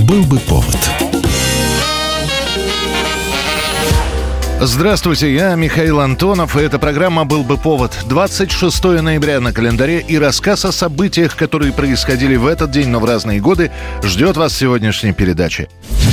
Был бы повод. Здравствуйте, я Михаил Антонов, и эта программа «Был бы повод». 26 ноября на календаре, и рассказ о событиях, которые происходили в этот день, но в разные годы, ждет вас в сегодняшней передаче.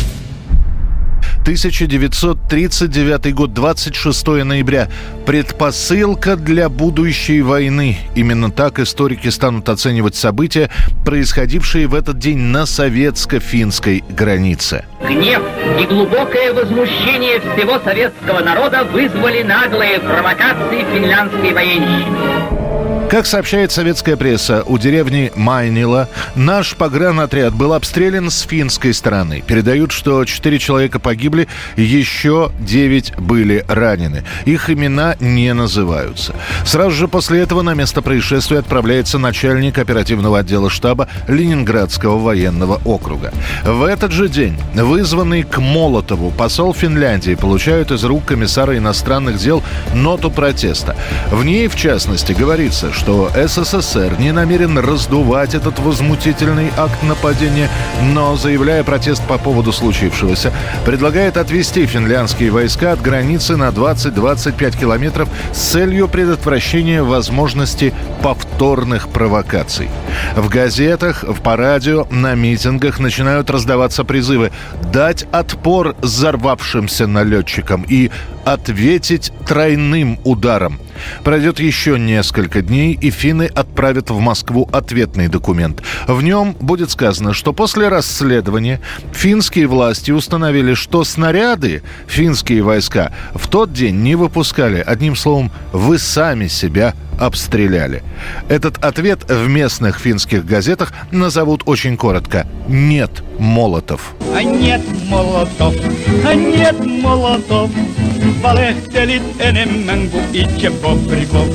1939 год, 26 ноября. Предпосылка для будущей войны. Именно так историки станут оценивать события, происходившие в этот день на советско-финской границе. Гнев и глубокое возмущение всего советского народа вызвали наглые провокации финляндской военщины. Как сообщает советская пресса, у деревни Майнила наш погранотряд был обстрелян с финской стороны. Передают, что 4 человека погибли, еще 9 были ранены. Их имена не называются. Сразу же после этого на место происшествия отправляется начальник оперативного отдела штаба Ленинградского военного округа. В этот же день вызванный к Молотову посол Финляндии получает из рук комиссара иностранных дел ноту протеста. В ней, в частности, говорится, что СССР не намерен раздувать этот возмутительный акт нападения, но, заявляя протест по поводу случившегося, предлагает отвести финляндские войска от границы на 20-25 километров с целью предотвращения возможности повторных провокаций. В газетах, по радио, на митингах начинают раздаваться призывы дать отпор взорвавшимся налетчикам и ответить тройным ударом. Пройдет еще несколько дней, и финны отправят в Москву ответный документ. В нем будет сказано, что после расследования финские власти установили, что снаряды финские войска в тот день не выпускали. Одним словом, вы сами себя обстреляли. Этот ответ в местных финских газетах назовут очень коротко: «Нет, Молотов». А нет, Молотов, а нет, Молотов, валехтелит enemmän kuin itse Bobrikov.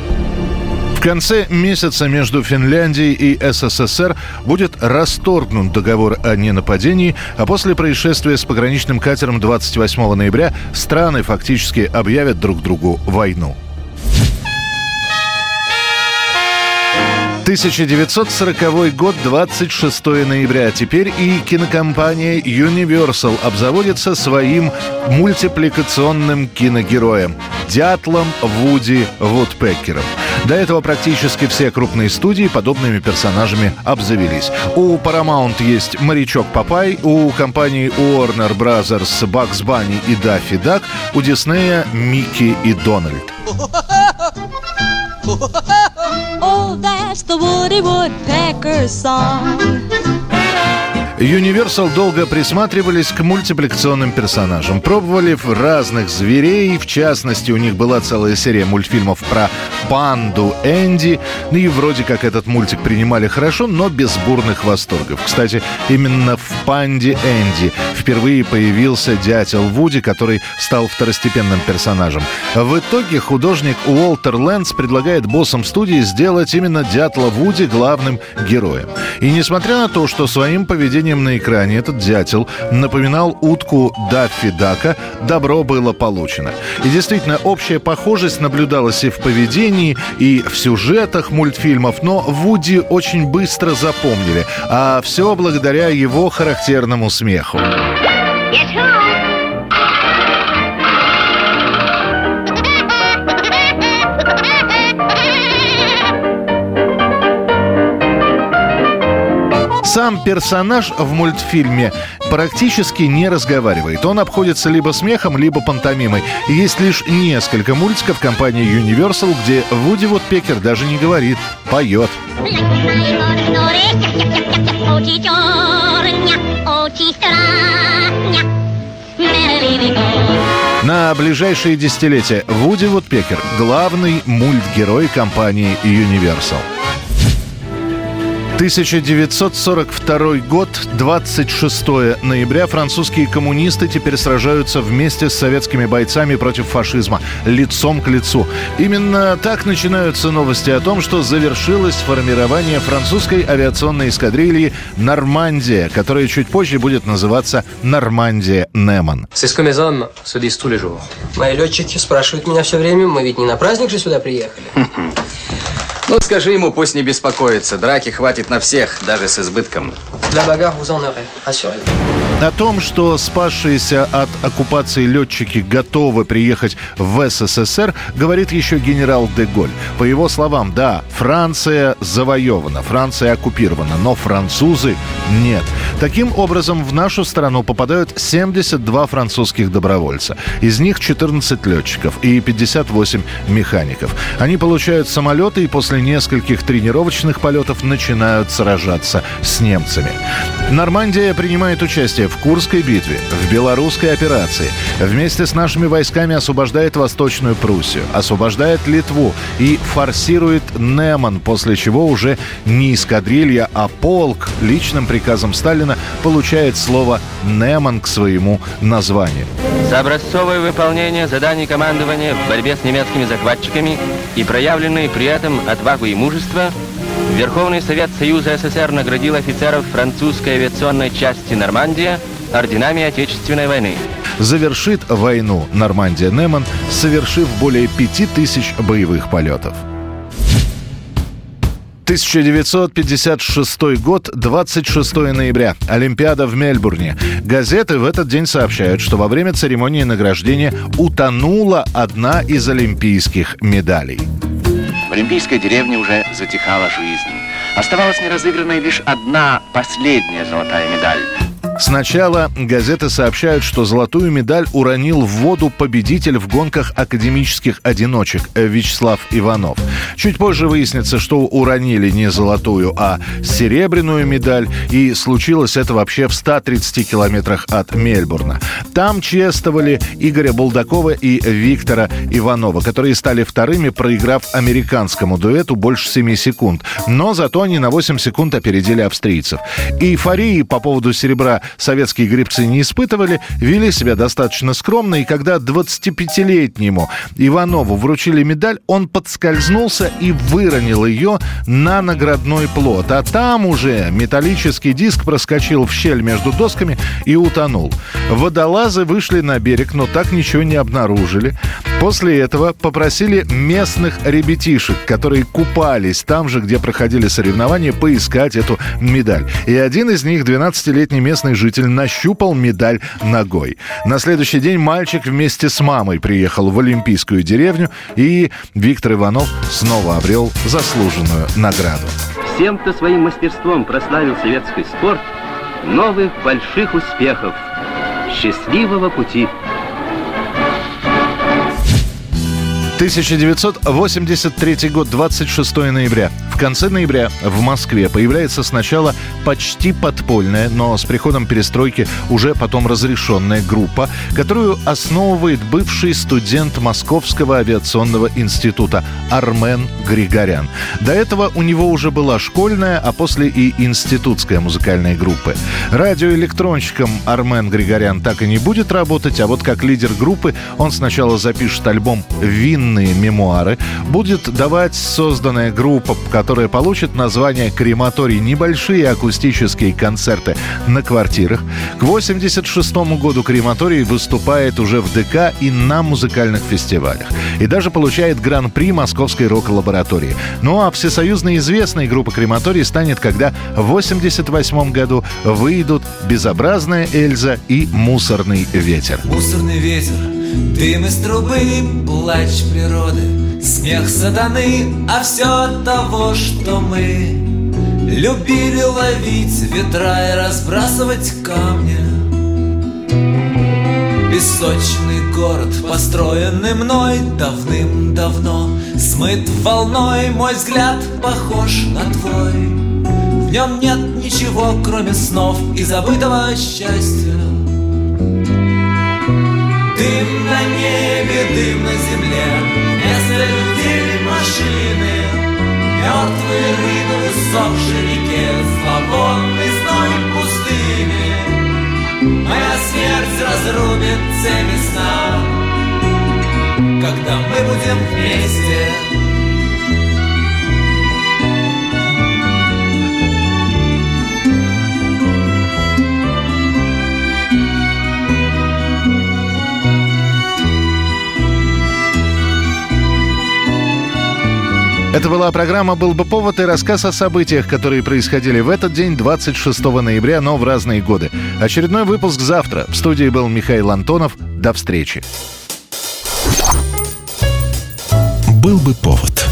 В конце месяца между Финляндией и СССР будет расторгнут договор о ненападении, а после происшествия с пограничным катером 28 ноября страны фактически объявят друг другу войну. 1940 год, 26 ноября. Теперь и кинокомпания Universal обзаводится своим мультипликационным киногероем – дятлом Вуди Вудпекером. До этого практически все крупные студии подобными персонажами обзавелись. У Paramount есть морячок Папай, у компании Warner Brothers Бакс Банни и Даффи Дак, у Диснея Микки и Дональд. Oh, that's the Woody Woodpecker song. Universal долго присматривались к мультипликационным персонажам. Пробовали разных зверей. В частности, у них была целая серия мультфильмов про панду Энди. И вроде как этот мультик принимали хорошо, но без бурных восторгов. Кстати, именно в «Панде Энди» впервые появился дятел Вуди, который стал второстепенным персонажем. В итоге художник Уолтер Лэнс предлагает боссам студии сделать именно дятла Вуди главным героем. И несмотря на то, что своим поведением на экране этот дятел напоминал утку Даффи Дака, добро было получено. И действительно, общая похожесть наблюдалась и в поведении, и в сюжетах мультфильмов, но Вуди очень быстро запомнили, а все благодаря его характерному смеху. Сам персонаж в мультфильме практически не разговаривает. Он обходится либо смехом, либо пантомимой. И есть лишь несколько мультиков компании Universal, где Вуди Вудпекер даже не говорит, поет. На ближайшие десятилетия Вуди Вудпекер – главный мультгерой компании Universal. 1942 год, 26 ноября. Французские коммунисты теперь сражаются вместе с советскими бойцами против фашизма, лицом к лицу. Именно так начинаются новости о том, что завершилось формирование французской авиационной эскадрильи «Нормандия», которая чуть позже будет называться «Нормандия-Неман». Мои летчики спрашивают меня все время, мы ведь не на праздник же сюда приехали. Ну, скажи ему, пусть не беспокоится. Драки хватит на всех, даже с избытком. La bagarre, vous en aurez, rassurez-vous. О том, что спасшиеся от оккупации летчики готовы приехать в СССР, говорит еще генерал де Голь. По его словам, да, Франция завоевана, Франция оккупирована, но французы нет. Таким образом, в нашу страну попадают 72 французских добровольца. Из них 14 летчиков и 58 механиков. Они получают самолеты и после нескольких тренировочных полетов начинают сражаться с немцами. Нормандия принимает участие в Курской битве, в белорусской операции. Вместе с нашими войсками освобождает Восточную Пруссию, освобождает Литву и форсирует Неман, после чего уже не эскадрилья, а полк личным приказом Сталина получает слово «Неман» к своему названию. За образцовое выполнение заданий командования в борьбе с немецкими захватчиками и проявленные при этом отвагу и мужество Верховный Совет Союза СССР наградил офицеров французской авиационной части «Нормандия» орденами Отечественной войны. Завершит войну Нормандия-Неман, совершив более 5000 боевых полетов. 1956 год, 26 ноября. Олимпиада в Мельбурне. Газеты в этот день сообщают, что во время церемонии награждения утонула одна из олимпийских медалей. В олимпийской деревне уже затихала жизнь. Оставалась неразыгранной лишь одна, последняя золотая медаль. Сначала газеты сообщают, что золотую медаль уронил в воду победитель в гонках академических одиночек Вячеслав Иванов. Чуть позже выяснится, что уронили не золотую, а серебряную медаль. И случилось это вообще в 130 километрах от Мельбурна. Там чествовали Игоря Булдакова и Виктора Иванова, которые стали вторыми, проиграв американскому дуэту больше 7 секунд. Но зато они на 8 секунд опередили австрийцев. Эйфории по поводу серебра советские гребцы не испытывали, вели себя достаточно скромно, и когда 25-летнему Иванову вручили медаль, он подскользнулся и выронил ее на наградной плот. А там уже металлический диск проскочил в щель между досками и утонул. Водолазы вышли на берег, но так ничего не обнаружили. После этого попросили местных ребятишек, которые купались там же, где проходили соревнования, поискать эту медаль. И один из них, 12-летний местный житель, нащупал медаль ногой. На следующий день мальчик вместе с мамой приехал в Олимпийскую деревню, и Виктор Иванов снова обрел заслуженную награду. Всем, кто своим мастерством прославил советский спорт, новых больших успехов. Счастливого пути! 1983 год, 26 ноября. В конце ноября в Москве появляется сначала почти подпольная, но с приходом перестройки уже потом разрешенная группа, которую основывает бывший студент Московского авиационного института Армен Григорян. До этого у него уже была школьная, а после и институтская музыкальная группы. Радиоэлектронщиком Армен Григорян так и не будет работать, а вот как лидер группы он сначала запишет альбом «Винные мемуары», будет давать созданная группа, которая получит название «Крематорий», небольшие акустические концерты на квартирах. К 1986 году «Крематорий» выступает уже в ДК и на музыкальных фестивалях. И даже получает гран-при Московской рок-лаборатории. Ну а всесоюзно известной группа «Крематорий» станет, когда в 1988 году выйдут «Безобразная Эльза» и «Мусорный ветер». Мусорный ветер, дым из трубы, плач природы, смех сатаны, а все от того, что мы любили ловить ветра и разбрасывать камни. Песочный город, построенный мной давным-давно, смыт волной, мой взгляд похож на твой. В нем нет ничего, кроме снов и забытого счастья. Дым на небе, дым на земле, вместо людей машины, мертвые рыбы в иссохшей реке, зловонный зной пустыни. Моя смерть разрубит цепи сна, когда мы будем вместе. Это была программа «Был бы повод» и рассказ о событиях, которые происходили в этот день, 26 ноября, но в разные годы. Очередной выпуск завтра. В студии был Михаил Антонов. До встречи. «Был бы повод».